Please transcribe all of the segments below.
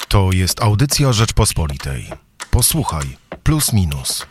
To jest audycja Rzeczpospolitej. Posłuchaj, plus minus.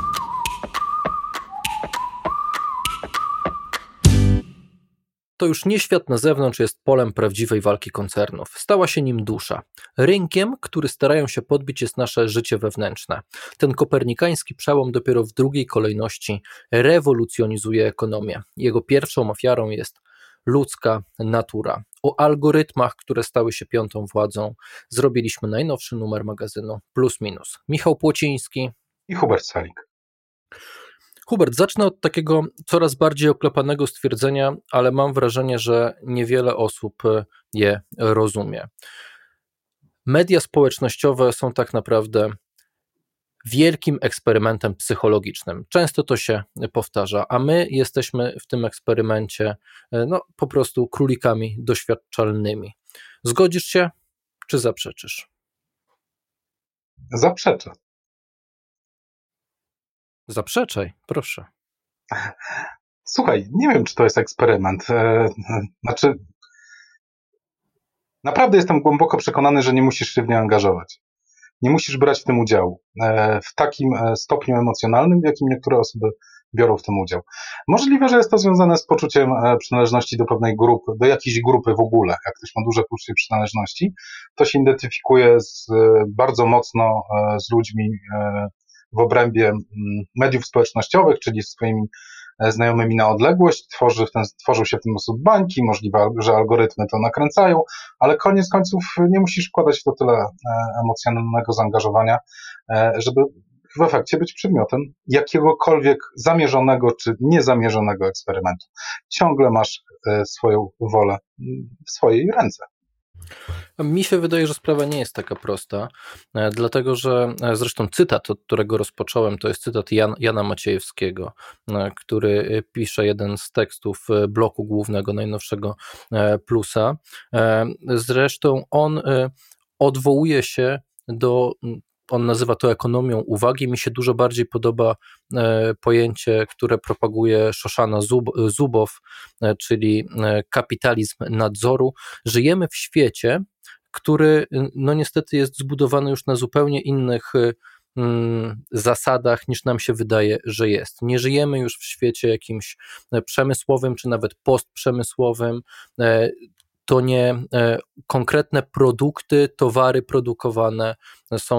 To już nie świat na zewnątrz jest polem prawdziwej walki koncernów. Stała się nim dusza. Rynkiem, który starają się podbić, jest nasze życie wewnętrzne. Ten kopernikański przełom dopiero w drugiej kolejności rewolucjonizuje ekonomię. Jego pierwszą ofiarą jest ludzka natura. O algorytmach, które stały się piątą władzą, zrobiliśmy najnowszy numer magazynu Plus Minus. Michał Płociński i Hubert Salik. Hubert, zacznę od takiego coraz bardziej oklepanego stwierdzenia, ale mam wrażenie, że niewiele osób je rozumie. Media społecznościowe są tak naprawdę wielkim eksperymentem psychologicznym. Często to się powtarza, a my jesteśmy w tym eksperymencie po prostu królikami doświadczalnymi. Zgodzisz się, czy zaprzeczysz? Zaprzeczę. Zaprzeczaj, proszę. Słuchaj, nie wiem, czy to jest eksperyment. Naprawdę jestem głęboko przekonany, że nie musisz się w nie angażować. Nie musisz brać w tym udziału w takim stopniu emocjonalnym, w jakim niektóre osoby biorą w tym udział. Możliwe, że jest to związane z poczuciem przynależności do pewnej grupy, do jakiejś grupy w ogóle. Jak ktoś ma duże poczucie przynależności, to się identyfikuje bardzo mocno z ludźmi w obrębie mediów społecznościowych, czyli swoimi znajomymi na odległość, tworzą się w ten sposób bańki, możliwe, że algorytmy to nakręcają, ale koniec końców nie musisz wkładać w to tyle emocjonalnego zaangażowania, żeby w efekcie być przedmiotem jakiegokolwiek zamierzonego czy niezamierzonego eksperymentu. Ciągle masz swoją wolę w swojej ręce. Mi się wydaje, że sprawa nie jest taka prosta, dlatego że zresztą cytat, od którego rozpocząłem, to jest cytat Jana Maciejewskiego, który pisze jeden z tekstów bloku głównego najnowszego Plusa. Zresztą on odwołuje się on nazywa to ekonomią uwagi. Mi się dużo bardziej podoba pojęcie, które propaguje Shoshana Zuboff, czyli kapitalizm nadzoru. Żyjemy w świecie, który niestety jest zbudowany już na zupełnie innych zasadach, niż nam się wydaje, że jest. Nie żyjemy już w świecie jakimś przemysłowym, czy nawet postprzemysłowym. To nie konkretne produkty, towary produkowane są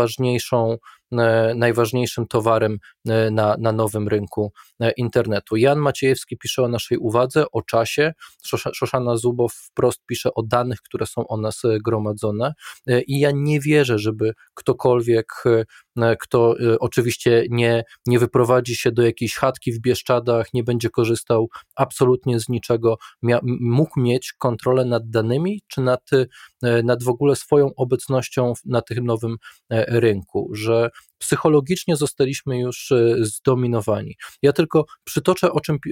najważniejszym towarem na nowym rynku internetu. Jan Maciejewski pisze o naszej uwadze, o czasie, Shoshana Zuboff wprost pisze o danych, które są o nas gromadzone i ja nie wierzę, żeby ktokolwiek, kto oczywiście nie wyprowadzi się do jakiejś chatki w Bieszczadach, nie będzie korzystał absolutnie z niczego, mógł mieć kontrolę nad danymi, czy nad w ogóle swoją obecnością na tym nowym rynku, że psychologicznie zostaliśmy już zdominowani. Ja tylko przytoczę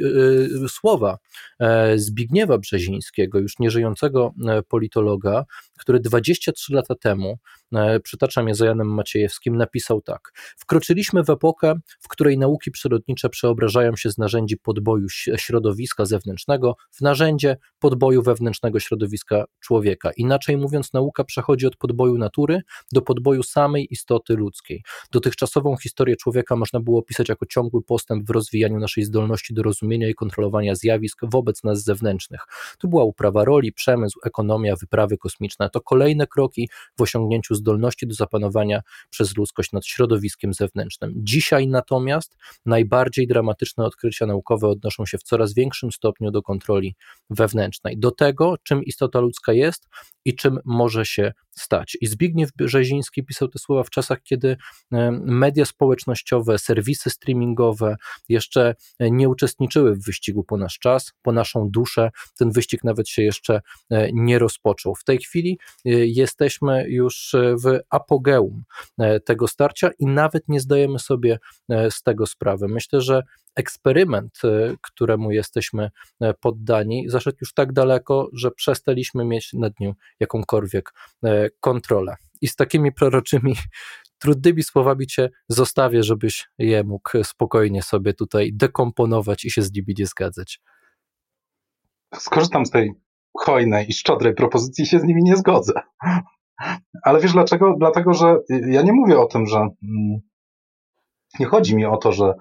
słowa Zbigniewa Brzezińskiego, już nieżyjącego politologa, który 23 lata temu, przytaczam je za Janem Maciejewskim, napisał tak: wkroczyliśmy w epokę, w której nauki przyrodnicze przeobrażają się z narzędzi podboju środowiska zewnętrznego w narzędzie podboju wewnętrznego środowiska człowieka. Inaczej mówiąc, nauka przechodzi od podboju natury do podboju samej istoty ludzkiej. Dotychczasową historię człowieka można było opisać jako ciągły postęp w rozwijaniu naszej zdolności do rozumienia i kontrolowania zjawisk wobec nas zewnętrznych. To była uprawa roli, przemysł, ekonomia, wyprawy kosmiczne. To kolejne kroki w osiągnięciu zdolności do zapanowania przez ludzkość nad środowiskiem zewnętrznym. Dzisiaj natomiast najbardziej dramatyczne odkrycia naukowe odnoszą się w coraz większym stopniu do kontroli wewnętrznej, do tego, czym istota ludzka jest i czym może się stać. I Zbigniew Brzeziński pisał te słowa w czasach, kiedy media społecznościowe, serwisy streamingowe jeszcze nie uczestniczyły w wyścigu po nasz czas, po naszą duszę. Ten wyścig nawet się jeszcze nie rozpoczął. W tej chwili jesteśmy już w apogeum tego starcia i nawet nie zdajemy sobie z tego sprawy. Myślę, że eksperyment, któremu jesteśmy poddani, zaszedł już tak daleko, że przestaliśmy mieć nad nim jakąkolwiek kontrolę. I z takimi proroczymi, trudnymi słowami cię zostawię, żebyś je mógł spokojnie sobie tutaj dekomponować i się z nimi nie zgadzać. Skorzystam z tej hojnej i szczodrej propozycji i się z nimi nie zgodzę. Ale wiesz dlaczego? Dlatego, że ja nie mówię o tym, że nie chodzi mi o to, że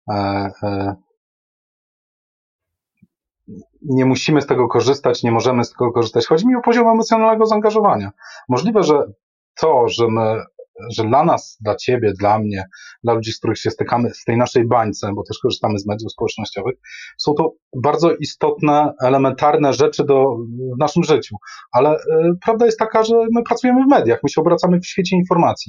nie musimy z tego korzystać, nie możemy z tego korzystać. Chodzi mi o poziom emocjonalnego zaangażowania. Możliwe, że to, że dla nas, dla ciebie, dla mnie, dla ludzi, z których się stykamy w tej naszej bańce, bo też korzystamy z mediów społecznościowych, są to bardzo istotne, elementarne rzeczy w naszym życiu. Ale prawda jest taka, że my pracujemy w mediach, my się obracamy w świecie informacji.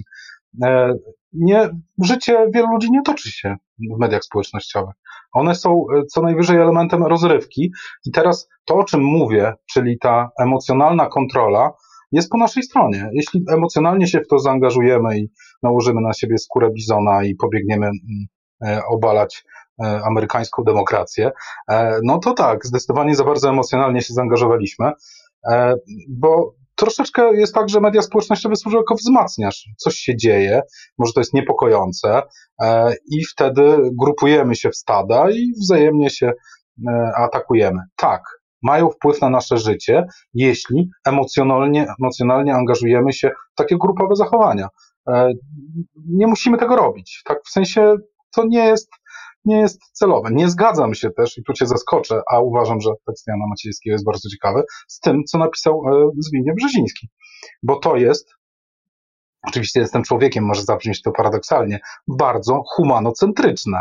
Życie wielu ludzi nie toczy się w mediach społecznościowych. One są co najwyżej elementem rozrywki i teraz to, o czym mówię, czyli ta emocjonalna kontrola, jest po naszej stronie. Jeśli emocjonalnie się w to zaangażujemy i nałożymy na siebie skórę bizona i pobiegniemy obalać amerykańską demokrację, no to tak, zdecydowanie za bardzo emocjonalnie się zaangażowaliśmy, bo troszeczkę jest tak, że media społecznościowe służą jako wzmacniacz. Coś się dzieje, może to jest niepokojące i wtedy grupujemy się w stada i wzajemnie się atakujemy. Tak, mają wpływ na nasze życie, jeśli emocjonalnie angażujemy się w takie grupowe zachowania. Nie musimy tego robić. Tak, w sensie to nie jest celowe. Nie zgadzam się też, i tu cię zaskoczę, a uważam, że tekst Jana Maciejewskiego jest bardzo ciekawy, z tym, co napisał Zbigniew Brzeziński. Bo to jest, oczywiście jestem człowiekiem, może zabrzmieć to paradoksalnie, bardzo humanocentryczne.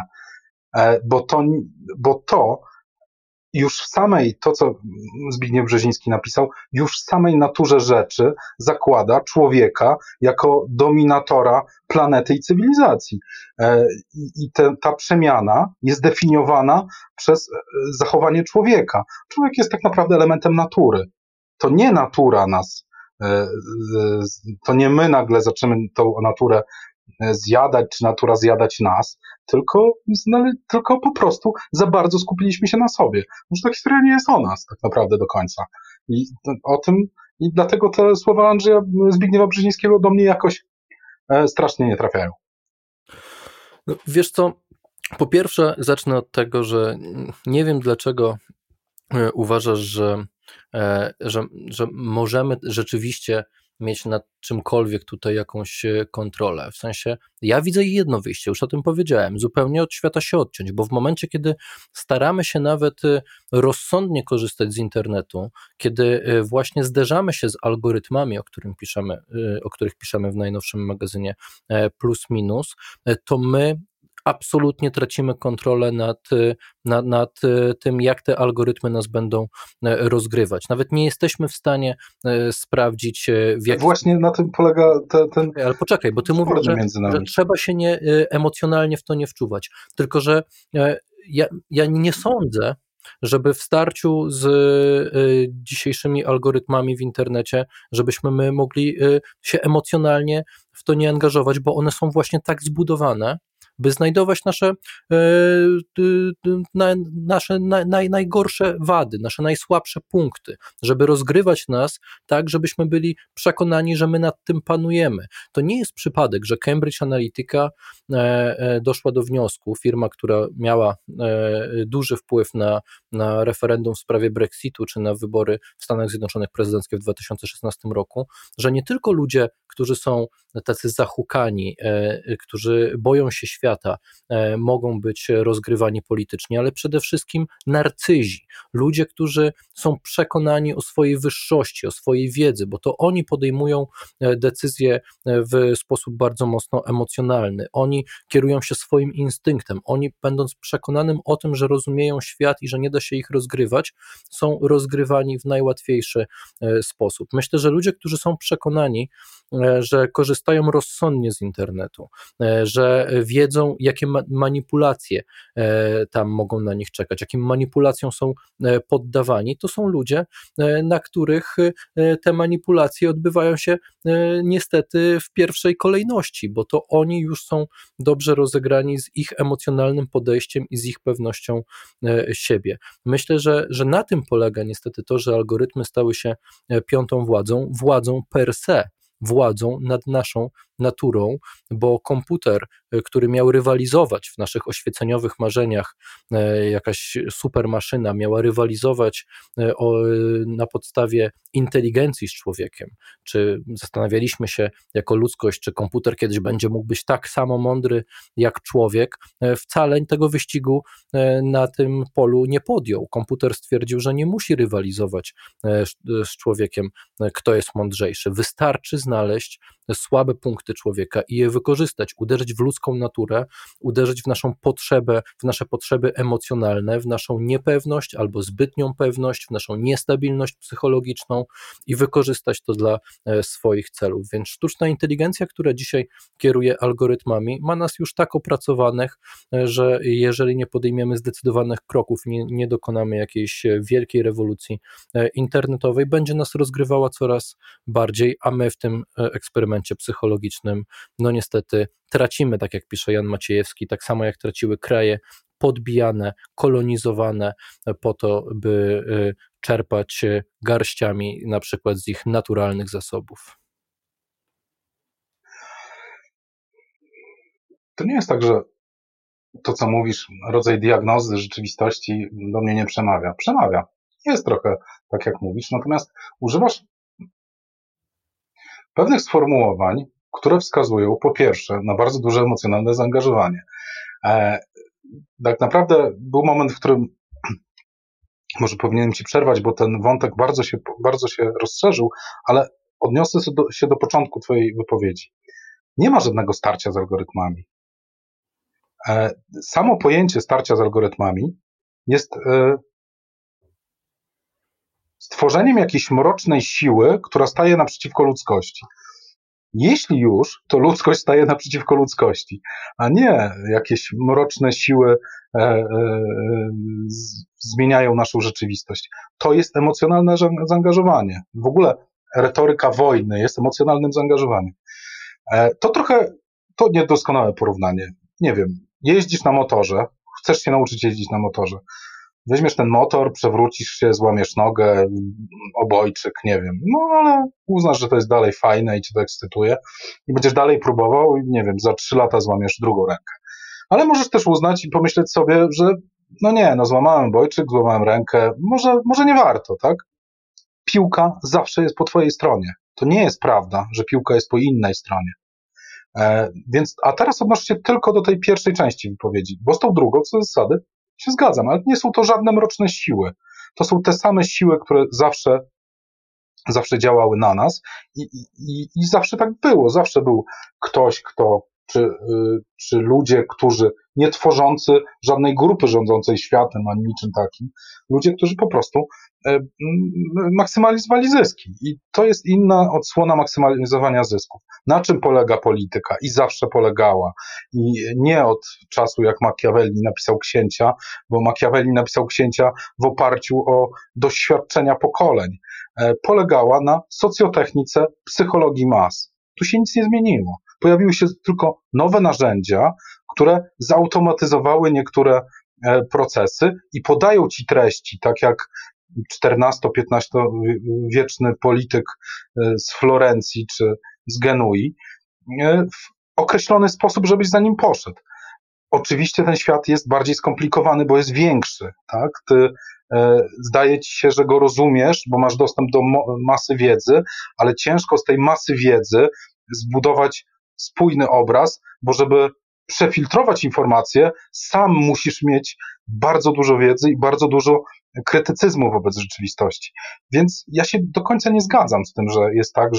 Bo to już w samej, to co Zbigniew Brzeziński napisał, już w samej naturze rzeczy zakłada człowieka jako dominatora planety i cywilizacji. Ta przemiana jest definiowana przez zachowanie człowieka. Człowiek jest tak naprawdę elementem natury. To nie natura nas, to nie my nagle zaczniemy tą naturę zjadać, czy natura zjadać nas, tylko po prostu za bardzo skupiliśmy się na sobie. Może ta historia nie jest o nas tak naprawdę do końca. I dlatego te słowa Andrzeja Zbigniewa Brzezińskiego do mnie jakoś strasznie nie trafiają. No, wiesz co, po pierwsze zacznę od tego, że nie wiem dlaczego uważasz, że możemy rzeczywiście mieć nad czymkolwiek tutaj jakąś kontrolę. W sensie, ja widzę jedno wyjście, już o tym powiedziałem, zupełnie od świata się odciąć, bo w momencie, kiedy staramy się nawet rozsądnie korzystać z internetu, kiedy właśnie zderzamy się z algorytmami, o których piszemy w najnowszym magazynie Plus Minus, to my absolutnie tracimy kontrolę nad tym, jak te algorytmy nas będą rozgrywać. Nawet nie jesteśmy w stanie sprawdzić, w jaki... Właśnie na tym polega ten... Ale poczekaj, bo ty mówisz, że trzeba się emocjonalnie w to nie wczuwać. Tylko, że ja nie sądzę, żeby w starciu z dzisiejszymi algorytmami w internecie, żebyśmy my mogli się emocjonalnie w to nie angażować, bo one są właśnie tak zbudowane, by znajdować nasze najgorsze wady, nasze najsłabsze punkty, żeby rozgrywać nas tak, żebyśmy byli przekonani, że my nad tym panujemy. To nie jest przypadek, że Cambridge Analytica doszła do wniosku, firma, która miała duży wpływ na referendum w sprawie Brexitu, czy na wybory w Stanach Zjednoczonych prezydenckie w 2016 roku, że nie tylko ludzie, którzy są tacy zahukani, którzy boją się świata, mogą być rozgrywani politycznie, ale przede wszystkim narcyzi, ludzie, którzy są przekonani o swojej wyższości, o swojej wiedzy, bo to oni podejmują decyzje w sposób bardzo mocno emocjonalny, oni kierują się swoim instynktem, oni będąc przekonanym o tym, że rozumieją świat i że nie da się ich rozgrywać, są rozgrywani w najłatwiejszy sposób. Myślę, że ludzie, którzy są przekonani, że korzystają rozsądnie z internetu, że wiedzą, jakie manipulacje tam mogą na nich czekać, jakim manipulacjom są poddawani, to są ludzie, na których te manipulacje odbywają się niestety w pierwszej kolejności, bo to oni już są dobrze rozegrani z ich emocjonalnym podejściem i z ich pewnością siebie. Myślę, że na tym polega niestety to, że algorytmy stały się piątą władzą per se, władzą nad naszą naturą, bo komputer który miał rywalizować w naszych oświeceniowych marzeniach, jakaś super maszyna miała rywalizować na podstawie inteligencji z człowiekiem, czy zastanawialiśmy się jako ludzkość, czy komputer kiedyś będzie mógł być tak samo mądry jak człowiek, wcale tego wyścigu na tym polu nie podjął. Komputer stwierdził, że nie musi rywalizować z człowiekiem, kto jest mądrzejszy. Wystarczy znaleźć słabe punkty człowieka i je wykorzystać, uderzyć w ludzką naturę, uderzyć w naszą potrzebę, w nasze potrzeby emocjonalne, w naszą niepewność albo zbytnią pewność, w naszą niestabilność psychologiczną i wykorzystać to dla swoich celów. Więc sztuczna inteligencja, która dzisiaj kieruje algorytmami, ma nas już tak opracowanych, że jeżeli nie podejmiemy zdecydowanych kroków, nie dokonamy jakiejś wielkiej rewolucji internetowej, będzie nas rozgrywała coraz bardziej, a my w tym eksperymencie psychologicznym, no niestety tracimy, tak jak pisze Jan Maciejewski, tak samo jak traciły kraje podbijane, kolonizowane po to, by czerpać garściami na przykład z ich naturalnych zasobów. To nie jest tak, że to, co mówisz, rodzaj diagnozy rzeczywistości do mnie nie przemawia. Przemawia. Jest trochę tak, jak mówisz, natomiast używasz pewnych sformułowań, które wskazują po pierwsze na bardzo duże emocjonalne zaangażowanie. Tak naprawdę był moment, w którym może powinienem ci przerwać, bo ten wątek bardzo się rozszerzył, ale odniosę się do początku twojej wypowiedzi. Nie ma żadnego starcia z algorytmami. Samo pojęcie starcia z algorytmami jest stworzeniem jakiejś mrocznej siły, która staje naprzeciwko ludzkości. Jeśli już, to ludzkość staje naprzeciwko ludzkości, a nie jakieś mroczne siły zmieniają naszą rzeczywistość. To jest emocjonalne zaangażowanie. W ogóle retoryka wojny jest emocjonalnym zaangażowaniem. To niedoskonałe porównanie. Nie wiem, jeździsz na motorze, chcesz się nauczyć jeździć na motorze. Weźmiesz ten motor, przewrócisz się, złamiesz nogę, obojczyk, nie wiem, no ale uznasz, że to jest dalej fajne i cię to ekscytuje i będziesz dalej próbował i nie wiem, za 3 lata złamiesz drugą rękę. Ale możesz też uznać i pomyśleć sobie, że złamałem obojczyk, złamałem rękę, może nie warto, tak? Piłka zawsze jest po twojej stronie. To nie jest prawda, że piłka jest po innej stronie. A teraz odnoszę się tylko do tej pierwszej części wypowiedzi, bo z tą drugą, co do zasady, się zgadzam, ale nie są to żadne mroczne siły. To są te same siły, które zawsze działały na nas i zawsze tak było. Zawsze był ktoś, czy ludzie, którzy nie tworzący żadnej grupy rządzącej światem ani niczym takim, ludzie, którzy po prostu maksymalizowali zyski. I to jest inna odsłona maksymalizowania zysków. Na czym polega polityka? I zawsze polegała. I nie od czasu, jak Machiavelli napisał Księcia, bo Machiavelli napisał Księcia w oparciu o doświadczenia pokoleń. Polegała na socjotechnice psychologii mas. Tu się nic nie zmieniło. Pojawiły się tylko nowe narzędzia, które zautomatyzowały niektóre procesy i podają ci treści, tak jak XIV-XV wieczny polityk z Florencji czy z Genui, w określony sposób, żebyś za nim poszedł. Oczywiście ten świat jest bardziej skomplikowany, bo jest większy, tak? Ty zdaje ci się, że go rozumiesz, bo masz dostęp do masy wiedzy, ale ciężko z tej masy wiedzy zbudować spójny obraz, bo żeby przefiltrować informacje, sam musisz mieć bardzo dużo wiedzy i bardzo dużo krytycyzmu wobec rzeczywistości. Więc ja się do końca nie zgadzam z tym, że jest tak,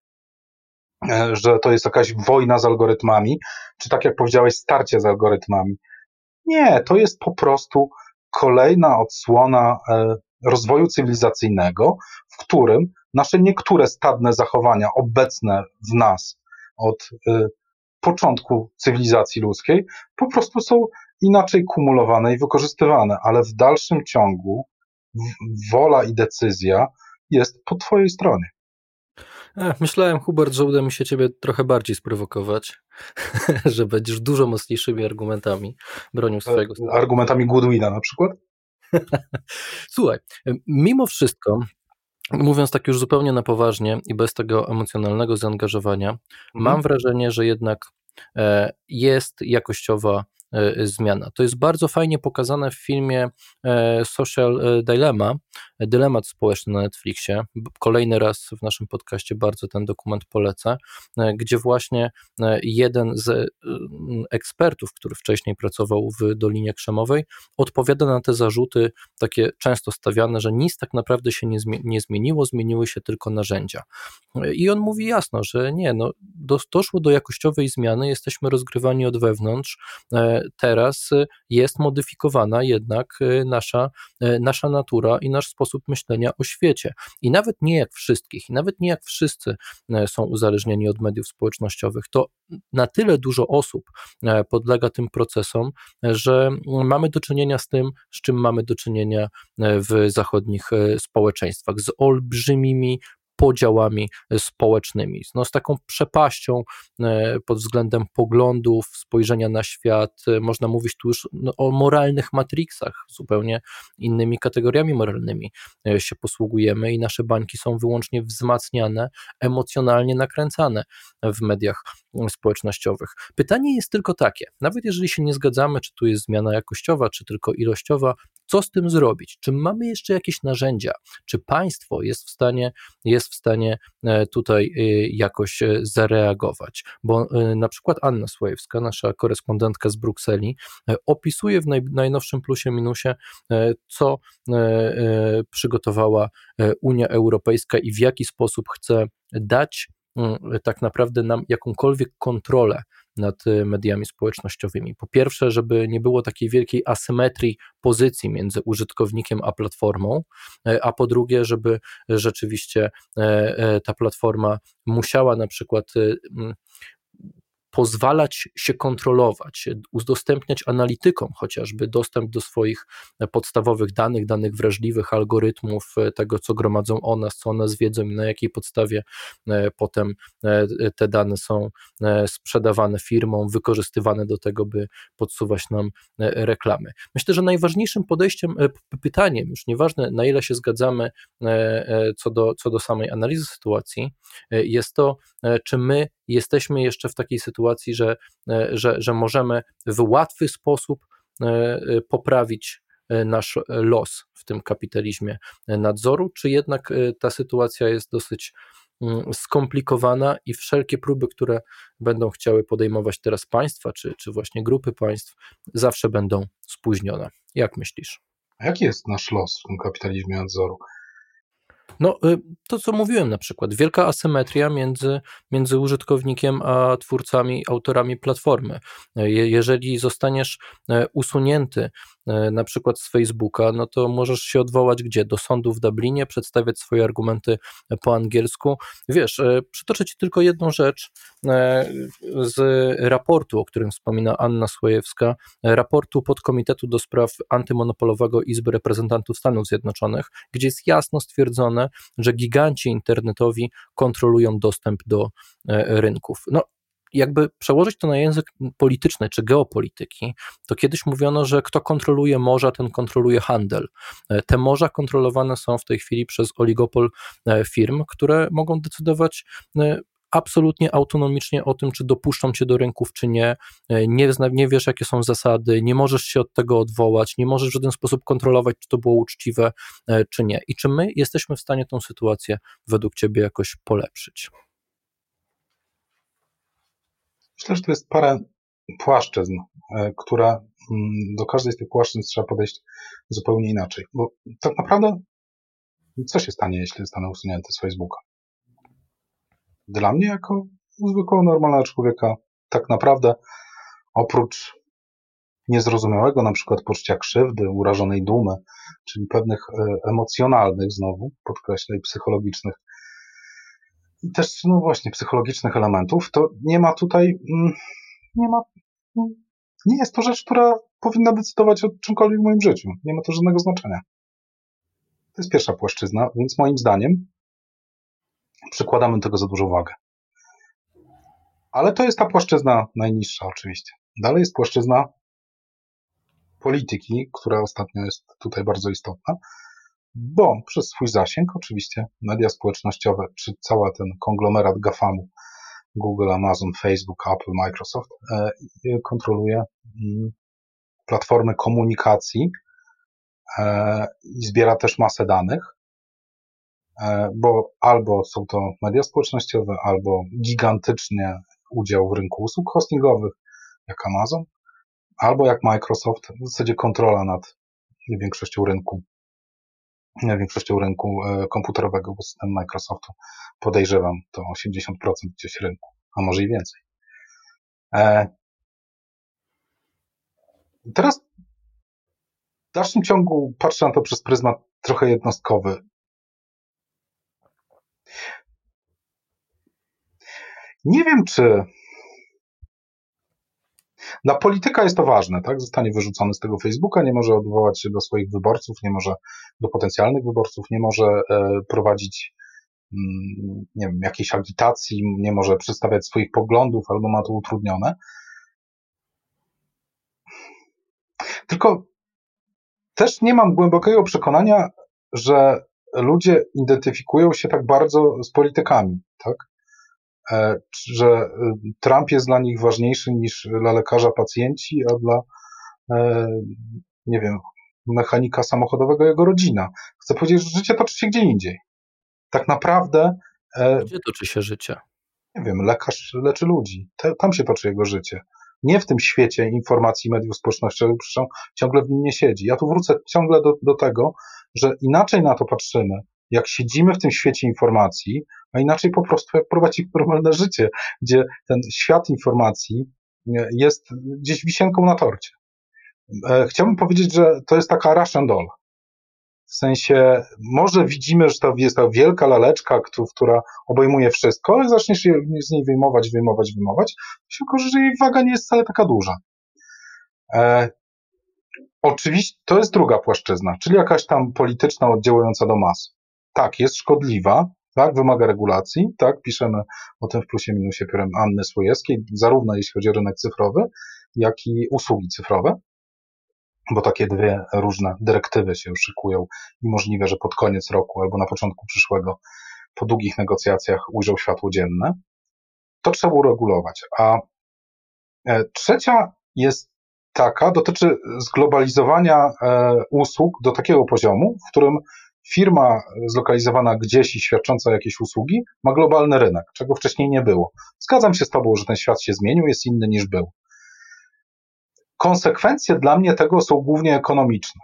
że to jest jakaś wojna z algorytmami, czy tak jak powiedziałeś, starcie z algorytmami. Nie, to jest po prostu kolejna odsłona rozwoju cywilizacyjnego, w którym nasze niektóre stadne zachowania obecne w nas od początku cywilizacji ludzkiej po prostu są inaczej kumulowane i wykorzystywane, ale w dalszym ciągu wola i decyzja jest po twojej stronie. Myślałem, Hubert, że uda mi się ciebie trochę bardziej sprowokować, że będziesz dużo mocniejszymi argumentami bronił swojego. Argumentami Goodwina na przykład? Słuchaj, mimo wszystko, mówiąc tak już zupełnie na poważnie i bez tego emocjonalnego zaangażowania, mam wrażenie, że jednak jest jakościowa zmiana. To jest bardzo fajnie pokazane w filmie Social Dilemma, dylemat społeczny na Netflixie. Kolejny raz w naszym podcaście bardzo ten dokument polecę, gdzie właśnie jeden z ekspertów, który wcześniej pracował w Dolinie Krzemowej, odpowiada na te zarzuty takie często stawiane, że nic tak naprawdę się nie zmieniło, zmieniły się tylko narzędzia. I on mówi jasno, że nie, doszło do jakościowej zmiany, jesteśmy rozgrywani od wewnątrz, teraz jest modyfikowana jednak nasza natura i nasz sposób myślenia o świecie. I nawet nie jak wszystkich, i nawet nie jak wszyscy są uzależnieni od mediów społecznościowych, to na tyle dużo osób podlega tym procesom, że mamy do czynienia z tym, z czym mamy do czynienia w zachodnich społeczeństwach, z olbrzymimi podziałami społecznymi, z taką przepaścią pod względem poglądów, spojrzenia na świat. Można mówić tu już o moralnych matriksach, zupełnie innymi kategoriami moralnymi się posługujemy i nasze bańki są wyłącznie wzmacniane, emocjonalnie nakręcane w mediach społecznościowych. Pytanie jest tylko takie, nawet jeżeli się nie zgadzamy, czy tu jest zmiana jakościowa, czy tylko ilościowa, co z tym zrobić? Czy mamy jeszcze jakieś narzędzia? Czy państwo jest w stanie tutaj jakoś zareagować? Bo na przykład Anna Słojewska, nasza korespondentka z Brukseli, opisuje w najnowszym Plusie Minusie, co przygotowała Unia Europejska i w jaki sposób chce dać tak naprawdę nam jakąkolwiek kontrolę nad mediami społecznościowymi. Po pierwsze, żeby nie było takiej wielkiej asymetrii pozycji między użytkownikiem a platformą, a po drugie, żeby rzeczywiście ta platforma musiała na przykład pozwalać się kontrolować, udostępniać analitykom chociażby dostęp do swoich podstawowych danych wrażliwych, algorytmów, tego, co gromadzą o nas, co o nas wiedzą i na jakiej podstawie potem te dane są sprzedawane firmom, wykorzystywane do tego, by podsuwać nam reklamy. Myślę, że najważniejszym pytaniem, już nieważne na ile się zgadzamy co do samej analizy sytuacji, jest to, czy my jesteśmy jeszcze w takiej sytuacji, że możemy w łatwy sposób poprawić nasz los w tym kapitalizmie nadzoru, czy jednak ta sytuacja jest dosyć skomplikowana i wszelkie próby, które będą chciały podejmować teraz państwa, czy właśnie grupy państw, zawsze będą spóźnione. Jak myślisz? A jaki jest nasz los w tym kapitalizmie nadzoru? To co mówiłem na przykład, wielka asymetria między użytkownikiem a twórcami, autorami platformy. Jeżeli zostaniesz usunięty na przykład z Facebooka, no to możesz się odwołać gdzie? Do sądu w Dublinie, przedstawiać swoje argumenty po angielsku. Wiesz, przytoczę ci tylko jedną rzecz z raportu, o którym wspomina Anna Słojewska, raportu podkomitetu do spraw antymonopolowego Izby Reprezentantów Stanów Zjednoczonych, gdzie jest jasno stwierdzone, że giganci internetowi kontrolują dostęp do rynków. Jakby przełożyć to na język polityczny czy geopolityki, to kiedyś mówiono, że kto kontroluje morza, ten kontroluje handel. Te morza kontrolowane są w tej chwili przez oligopol firm, które mogą decydować absolutnie autonomicznie o tym, czy dopuszczą cię do rynków, czy nie. Nie wiesz, jakie są zasady, nie możesz się od tego odwołać, nie możesz w żaden sposób kontrolować, czy to było uczciwe, czy nie. I czy my jesteśmy w stanie tą sytuację według ciebie jakoś polepszyć? Myślę, że to jest parę płaszczyzn, które do każdej z tych płaszczyzn trzeba podejść zupełnie inaczej. Bo tak naprawdę co się stanie, jeśli zostanę usunięty z Facebooka? Dla mnie, jako zwykłego, normalnego człowieka, tak naprawdę oprócz niezrozumiałego na przykład poczucia krzywdy, urażonej dumy, czyli pewnych emocjonalnych, znowu podkreślę, i psychologicznych, i też, właśnie, psychologicznych elementów, to nie ma tutaj, nie jest to rzecz, która powinna decydować o czymkolwiek w moim życiu. Nie ma to żadnego znaczenia. To jest pierwsza płaszczyzna, więc moim zdaniem przykładamy do tego za dużą wagę. Ale to jest ta płaszczyzna najniższa oczywiście. Dalej jest płaszczyzna polityki, która ostatnio jest tutaj bardzo istotna, bo przez swój zasięg oczywiście media społecznościowe, czy cały ten konglomerat GAFAM-u Google, Amazon, Facebook, Apple, Microsoft, kontroluje platformy komunikacji i zbiera też masę danych, bo albo są to media społecznościowe, albo gigantyczny udział w rynku usług hostingowych, jak Amazon, albo jak Microsoft, w zasadzie kontrola nad większością rynku komputerowego, bo system Microsoftu, podejrzewam, to 80% gdzieś rynku, a może i więcej. Teraz w dalszym ciągu patrzę na to przez pryzmat trochę jednostkowy. Nie wiem, czy dla polityka jest to ważne, tak? Zostanie wyrzucony z tego Facebooka, nie może odwołać się do swoich wyborców, nie może do potencjalnych wyborców, nie może prowadzić nie wiem, jakiejś agitacji, nie może przedstawiać swoich poglądów, albo ma to utrudnione. Tylko też nie mam głębokiego przekonania, że ludzie identyfikują się tak bardzo z politykami, tak? Że Trump jest dla nich ważniejszy niż dla lekarza pacjenci, a dla, nie wiem, mechanika samochodowego jego rodzina. Chcę powiedzieć, że życie toczy się gdzie indziej. Tak naprawdę... Gdzie toczy się życie? Nie wiem, lekarz leczy ludzi. Tam się toczy jego życie. Nie w tym świecie informacji mediów społecznościowych, przecież ciągle w nim nie siedzi. Ja tu wrócę ciągle do tego, że inaczej na to patrzymy, jak siedzimy w tym świecie informacji, a inaczej po prostu jak prowadzimy normalne życie, gdzie ten świat informacji jest gdzieś wisienką na torcie. Chciałbym powiedzieć, że to jest taka rush and all. W sensie, może widzimy, że to jest ta wielka laleczka, która obejmuje wszystko, ale zaczniesz z niej wyjmować, to się okaże, że jej waga nie jest wcale taka duża. Oczywiście to jest druga płaszczyzna, czyli jakaś tam polityczna oddziałująca do mas. Tak, jest szkodliwa, tak, wymaga regulacji, tak, piszemy o tym w plusie minusie piórem Anny Słojewskiej, zarówno jeśli chodzi o rynek cyfrowy, jak i usługi cyfrowe, bo takie dwie różne dyrektywy się szykują i możliwe, że pod koniec roku albo na początku przyszłego, po długich negocjacjach ujrzą światło dzienne. To trzeba uregulować. A trzecia jest taka, dotyczy zglobalizowania usług do takiego poziomu, w którym firma zlokalizowana gdzieś i świadcząca jakieś usługi ma globalny rynek, czego wcześniej nie było. Zgadzam się z tobą, że ten świat się zmienił, jest inny niż był. Konsekwencje dla mnie tego są głównie ekonomiczne.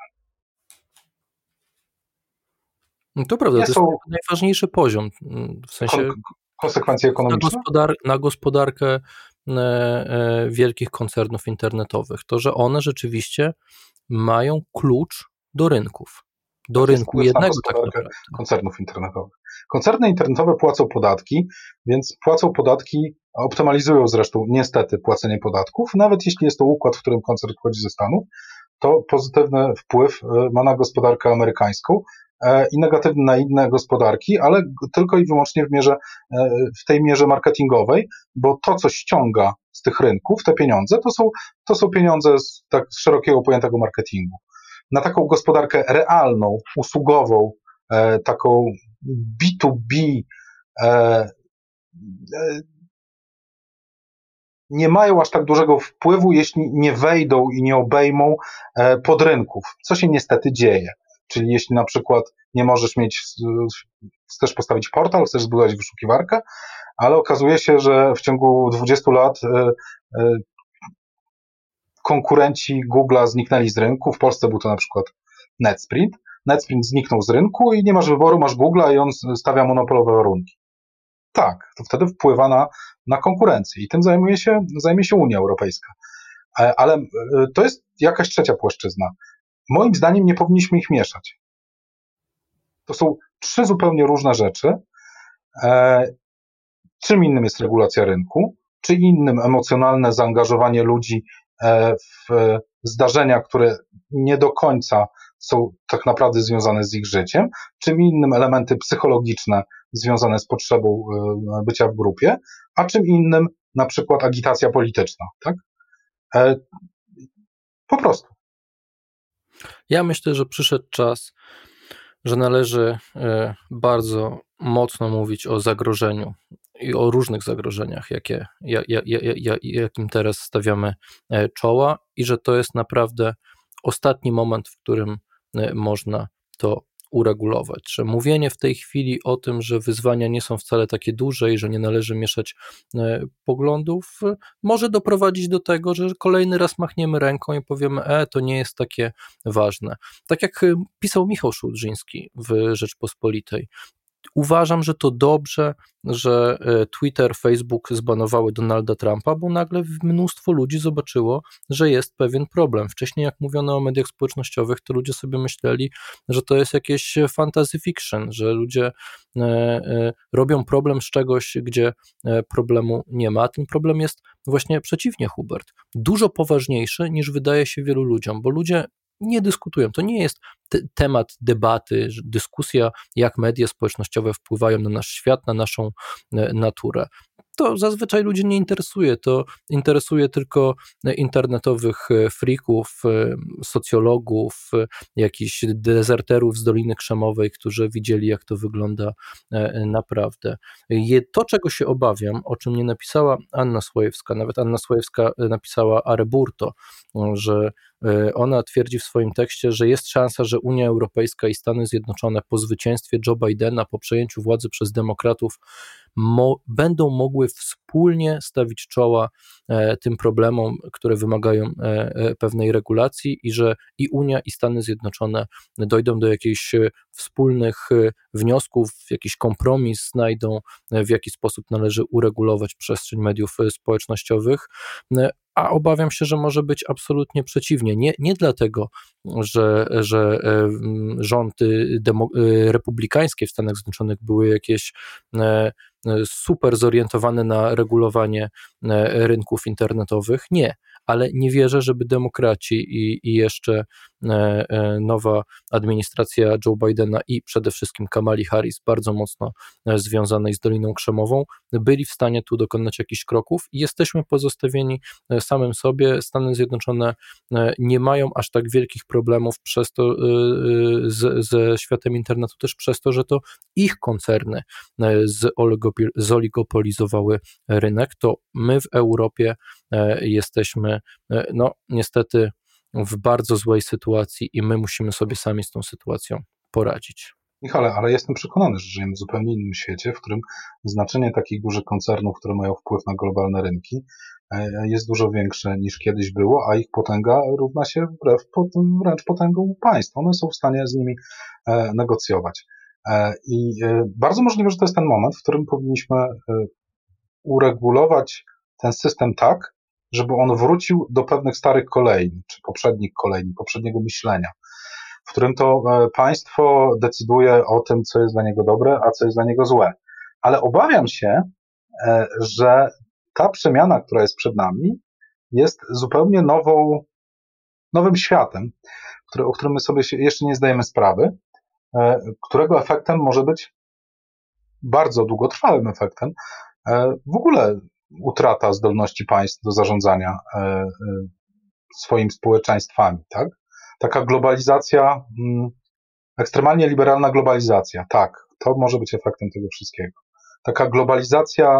No to prawda, to jest najważniejszy poziom, w sensie konsekwencje ekonomiczne? Na gospodarkę wielkich koncernów internetowych. To, że one rzeczywiście mają klucz do rynków. Do rynku jednego tak naprawdę. Koncernów internetowych. Koncerny internetowe płacą podatki, więc płacą podatki, optymalizują zresztą niestety płacenie podatków. Nawet jeśli jest to układ, w którym koncern wchodzi ze Stanów, to pozytywny wpływ ma na gospodarkę amerykańską i negatywny na inne gospodarki, ale tylko i wyłącznie w tej mierze marketingowej, bo to, co ściąga z tych rynków, te pieniądze, to są pieniądze z tak szerokiego pojętego marketingu. Na taką gospodarkę realną, usługową, taką B2B, nie mają aż tak dużego wpływu, jeśli nie wejdą i nie obejmą podrynków, co się niestety dzieje. Czyli jeśli na przykład nie możesz chcesz postawić portal, chcesz zbudować wyszukiwarkę, ale okazuje się, że w ciągu 20 lat konkurenci Google'a zniknęli z rynku. W Polsce był to na przykład NetSprint. NetSprint zniknął z rynku i nie masz wyboru, masz Google'a i on stawia monopolowe warunki. Tak, to wtedy wpływa na konkurencję i tym zajmie się Unia Europejska. Ale to jest jakaś trzecia płaszczyzna. Moim zdaniem nie powinniśmy ich mieszać. To są trzy zupełnie różne rzeczy. Czym innym jest regulacja rynku, czy innym emocjonalne zaangażowanie ludzi w zdarzenia, które nie do końca są tak naprawdę związane z ich życiem, czym innym elementy psychologiczne związane z potrzebą bycia w grupie, a czym innym na przykład agitacja polityczna, tak? Po prostu. Ja myślę, że przyszedł czas że należy bardzo mocno mówić o zagrożeniu i o różnych zagrożeniach, jakim teraz stawiamy czoła, i że to jest naprawdę ostatni moment, w którym można to uregulować. Że mówienie w tej chwili o tym, że wyzwania nie są wcale takie duże i że nie należy mieszać poglądów, może doprowadzić do tego, że kolejny raz machniemy ręką i powiemy, to nie jest takie ważne. Tak jak pisał Michał Szulżyński w Rzeczpospolitej. Uważam, że to dobrze, że Twitter, Facebook zbanowały Donalda Trumpa, bo nagle mnóstwo ludzi zobaczyło, że jest pewien problem. Wcześniej, jak mówiono o mediach społecznościowych, to ludzie sobie myśleli, że to jest jakieś fantasy fiction, że ludzie robią problem z czegoś, gdzie problemu nie ma. A ten problem jest właśnie przeciwnie, Hubert, dużo poważniejszy niż wydaje się wielu ludziom, bo ludzie nie dyskutują. To nie jest temat debaty, dyskusja, jak media społecznościowe wpływają na nasz świat, na naszą naturę. To zazwyczaj ludzi nie interesuje, to interesuje tylko internetowych freaków, socjologów, jakichś dezerterów z Doliny Krzemowej, którzy widzieli, jak to wygląda naprawdę. To, czego się obawiam, o czym nie napisała Anna Słojewska, nawet Anna Słojewska napisała Areburto, że ona twierdzi w swoim tekście, że jest szansa, że Unia Europejska i Stany Zjednoczone po zwycięstwie Joe Bidena, po przejęciu władzy przez demokratów, będą mogły wspólnie stawić czoła tym problemom, które wymagają pewnej regulacji, i że i Unia, i Stany Zjednoczone dojdą do jakichś wspólnych wniosków, jakiś kompromis znajdą, w jaki sposób należy uregulować przestrzeń mediów społecznościowych. A obawiam się, że może być absolutnie przeciwnie. Nie dlatego, że rządy republikańskie w Stanach Zjednoczonych były jakieś super zorientowane na regulowanie rynków internetowych. Nie, ale nie wierzę, żeby demokraci i jeszcze nowa administracja Joe Bidena i przede wszystkim Kamali Harris, bardzo mocno związanej z Doliną Krzemową, byli w stanie tu dokonać jakichś kroków i jesteśmy pozostawieni samym sobie. Stany Zjednoczone nie mają aż tak wielkich problemów przez to ze światem internetu, też przez to, że to ich koncerny zoligopolizowały rynek, to my w Europie jesteśmy niestety w bardzo złej sytuacji i my musimy sobie sami z tą sytuacją poradzić. Michale, ale jestem przekonany, że żyjemy w zupełnie innym świecie, w którym znaczenie takich dużych koncernów, które mają wpływ na globalne rynki, jest dużo większe niż kiedyś było, a ich potęga równa się wręcz potęgą państw. One są w stanie z nimi negocjować. I bardzo możliwe, że to jest ten moment, w którym powinniśmy uregulować ten system tak, żeby on wrócił do pewnych starych kolei, czy poprzednich kolei, poprzedniego myślenia, w którym to państwo decyduje o tym, co jest dla niego dobre, a co jest dla niego złe. Ale obawiam się, że ta przemiana, która jest przed nami, jest zupełnie nowym światem, o którym my sobie jeszcze nie zdajemy sprawy, którego efektem może być bardzo długotrwałym efektem w ogóle utrata zdolności państw do zarządzania swoimi społeczeństwami, tak? Taka globalizacja, ekstremalnie liberalna globalizacja, tak, to może być efektem tego wszystkiego. Taka globalizacja,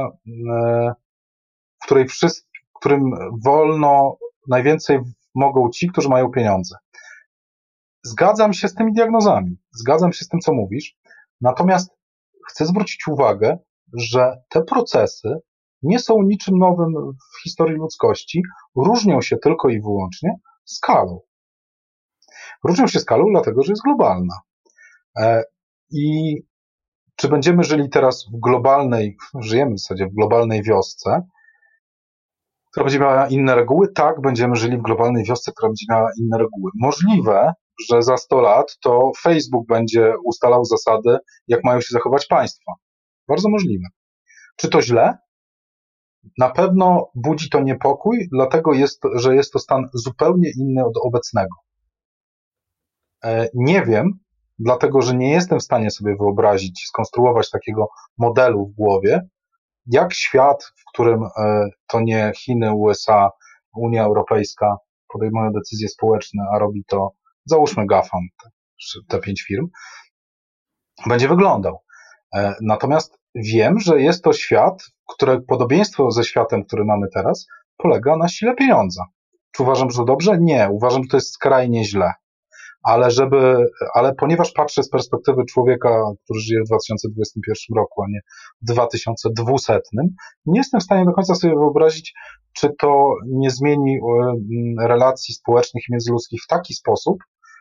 w którym wolno, najwięcej mogą ci, którzy mają pieniądze. Zgadzam się z tymi diagnozami, zgadzam się z tym, co mówisz, natomiast chcę zwrócić uwagę, że te procesy nie są niczym nowym w historii ludzkości, różnią się tylko i wyłącznie skalą. Różnią się skalą dlatego, że jest globalna. I czy będziemy żyli teraz żyjemy w zasadzie w globalnej wiosce, która będzie miała inne reguły? Tak, będziemy żyli w globalnej wiosce, która będzie miała inne reguły. Możliwe, że za 100 lat to Facebook będzie ustalał zasady, jak mają się zachować państwa. Bardzo możliwe. Czy to źle? Na pewno budzi to niepokój, dlatego że jest to stan zupełnie inny od obecnego. Nie wiem, dlatego że nie jestem w stanie sobie wyobrazić, skonstruować takiego modelu w głowie, jak świat, w którym to nie Chiny, USA, Unia Europejska podejmują decyzje społeczne, a robi to, załóżmy GAFAM, te 5 firm, będzie wyglądał. Natomiast wiem, że jest to świat, które podobieństwo ze światem, który mamy teraz, polega na sile pieniądza. Czy uważam, że to dobrze? Nie. Uważam, że to jest skrajnie źle. Ale ponieważ patrzę z perspektywy człowieka, który żyje w 2021 roku, a nie w 2200, nie jestem w stanie do końca sobie wyobrazić, czy to nie zmieni relacji społecznych i międzyludzkich w taki sposób,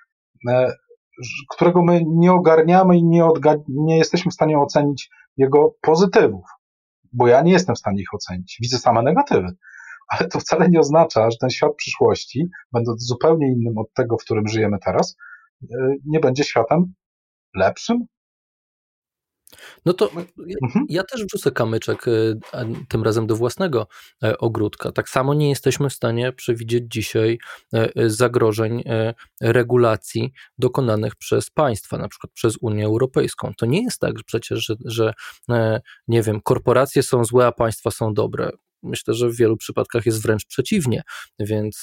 którego my nie ogarniamy i nie jesteśmy w stanie ocenić jego pozytywów, bo ja nie jestem w stanie ich ocenić. Widzę same negatywy. Ale to wcale nie oznacza, że ten świat przyszłości, będąc zupełnie innym od tego, w którym żyjemy teraz, nie będzie światem lepszym. No to ja też wrzucę kamyczek, tym razem do własnego ogródka. Tak samo nie jesteśmy w stanie przewidzieć dzisiaj zagrożeń regulacji dokonanych przez państwa, na przykład przez Unię Europejską. To nie jest tak przecież, że nie wiem, korporacje są złe, a państwa są dobre. Myślę, że w wielu przypadkach jest wręcz przeciwnie, więc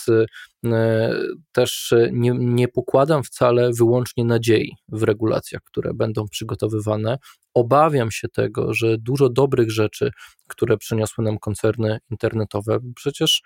też nie pokładam wcale wyłącznie nadziei w regulacjach, które będą przygotowywane. Obawiam się tego, że dużo dobrych rzeczy, które przyniosły nam koncerny internetowe, przecież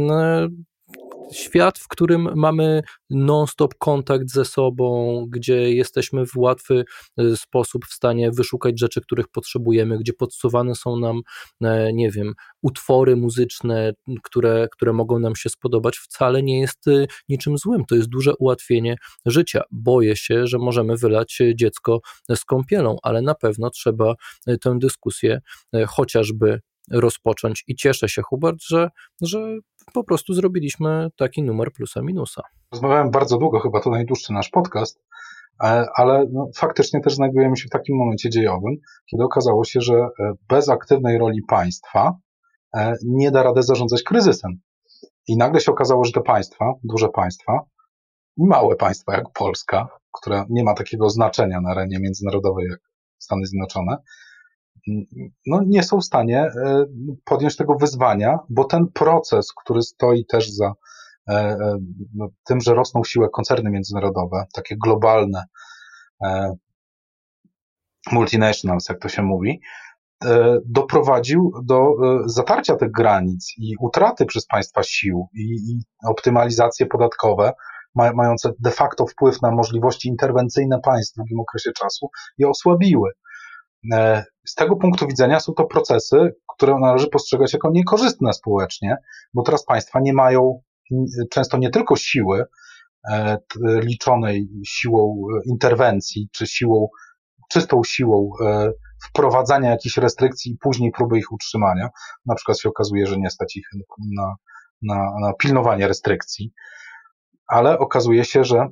świat, w którym mamy non-stop kontakt ze sobą, gdzie jesteśmy w łatwy sposób w stanie wyszukać rzeczy, których potrzebujemy, gdzie podsuwane są nam, nie wiem, utwory muzyczne, które mogą nam się spodobać, wcale nie jest niczym złym. To jest duże ułatwienie życia. Boję się, że możemy wylać dziecko z kąpielą, ale na pewno trzeba tę dyskusję chociażby rozpocząć i cieszę się, Hubert, że po prostu zrobiliśmy taki numer plusa minusa. Rozmawiałem bardzo długo, chyba to najdłuższy nasz podcast, ale faktycznie też znajdujemy się w takim momencie dziejowym, kiedy okazało się, że bez aktywnej roli państwa nie da rady zarządzać kryzysem. I nagle się okazało, że te państwa, duże państwa i małe państwa jak Polska, która nie ma takiego znaczenia na arenie międzynarodowej jak Stany Zjednoczone, nie są w stanie podjąć tego wyzwania, bo ten proces, który stoi też za tym, że rosną siłę koncerny międzynarodowe, takie globalne, multinationals, jak to się mówi, doprowadził do zatarcia tych granic i utraty przez państwa sił i optymalizacje podatkowe, mające de facto wpływ na możliwości interwencyjne państw w długim okresie czasu, je osłabiły. Z tego punktu widzenia są to procesy, które należy postrzegać jako niekorzystne społecznie, bo teraz państwa nie mają często nie tylko siły liczonej siłą interwencji, czy czystą siłą wprowadzania jakichś restrykcji i później próby ich utrzymania. Na przykład się okazuje, że nie stać ich na pilnowanie restrykcji, ale okazuje się, że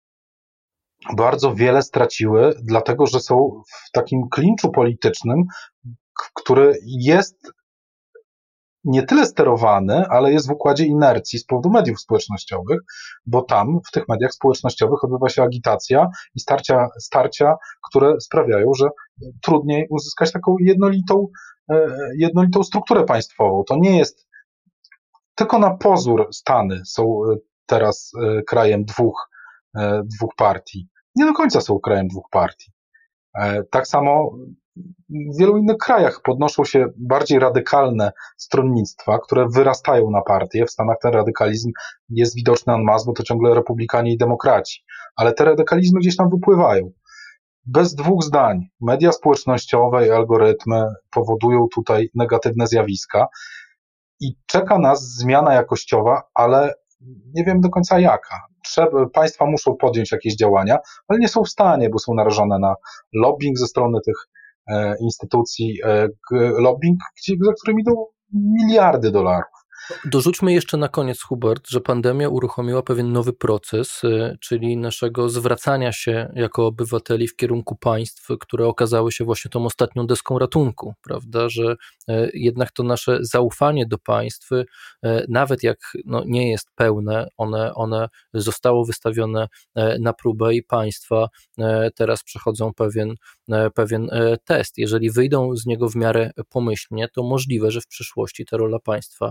bardzo wiele straciły, dlatego że są w takim klinczu politycznym, który jest nie tyle sterowany, ale jest w układzie inercji z powodu mediów społecznościowych, bo tam w tych mediach społecznościowych odbywa się agitacja i starcia, które sprawiają, że trudniej uzyskać taką jednolitą strukturę państwową. To nie jest tylko na pozór Stany są teraz krajem dwóch partii. Nie do końca są krajem dwóch partii. Tak samo w wielu innych krajach podnoszą się bardziej radykalne stronnictwa, które wyrastają na partie. W Stanach ten radykalizm jest widoczny en masse, bo to ciągle republikanie i demokraci. Ale te radykalizmy gdzieś tam wypływają. Bez dwóch zdań. Media społecznościowe i algorytmy powodują tutaj negatywne zjawiska i czeka nas zmiana jakościowa, ale nie wiem do końca jaka. Państwa muszą podjąć jakieś działania, ale nie są w stanie, bo są narażone na lobbying ze strony tych instytucji, lobbying, za którym idą miliardy dolarów. Dorzućmy jeszcze na koniec, Hubert, że pandemia uruchomiła pewien nowy proces, czyli naszego zwracania się jako obywateli w kierunku państw, które okazały się właśnie tą ostatnią deską ratunku, prawda, że jednak to nasze zaufanie do państw, nawet jak nie jest pełne, one zostało wystawione na próbę i państwa teraz przechodzą pewien test. Jeżeli wyjdą z niego w miarę pomyślnie, to możliwe, że w przyszłości ta rola państwa będzie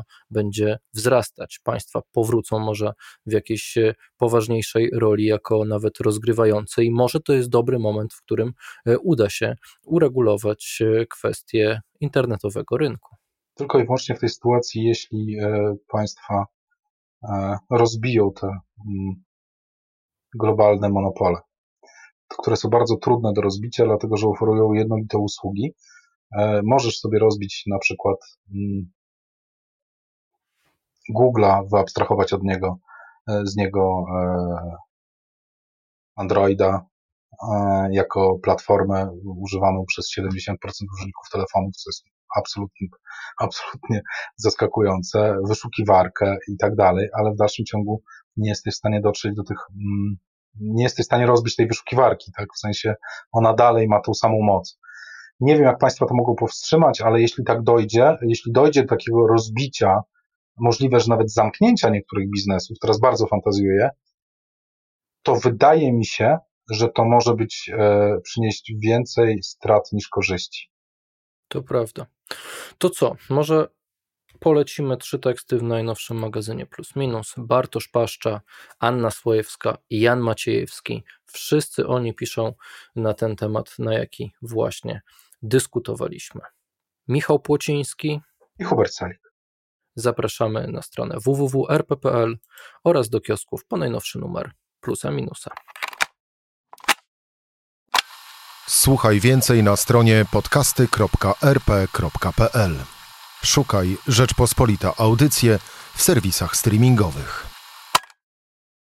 będzie wzrastać. Państwa powrócą może w jakiejś poważniejszej roli jako nawet rozgrywające i może to jest dobry moment, w którym uda się uregulować kwestie internetowego rynku. Tylko i wyłącznie w tej sytuacji, jeśli państwa rozbiją te globalne monopole, które są bardzo trudne do rozbicia, dlatego że oferują jednolite usługi. Możesz sobie rozbić na przykład Google'a, wyabstrahować z niego Androida jako platformę używaną przez 70% użytkowników telefonów, co jest absolutnie zaskakujące, wyszukiwarkę i tak dalej, ale w dalszym ciągu nie jesteś w stanie dotrzeć do tych, nie jesteś w stanie rozbić tej wyszukiwarki, tak, w sensie ona dalej ma tą samą moc. Nie wiem, jak państwa to mogą powstrzymać, ale jeśli tak dojdzie, jeśli dojdzie do takiego rozbicia, możliwe, że nawet zamknięcia niektórych biznesów, teraz bardzo fantazjuję, to wydaje mi się, że to może przynieść więcej strat niż korzyści. To prawda. To co? Może polecimy 3 teksty w najnowszym magazynie Plus Minus. Bartosz Paszcza, Anna Słojewska i Jan Maciejewski. Wszyscy oni piszą na ten temat, na jaki właśnie dyskutowaliśmy. Michał Płociński i Hubert Salik. Zapraszamy na stronę www.rp.pl oraz do kiosków po najnowszy numer Plusa Minusa. Słuchaj więcej na stronie podcasty.rp.pl. Szukaj Rzeczpospolita Audycje w serwisach streamingowych.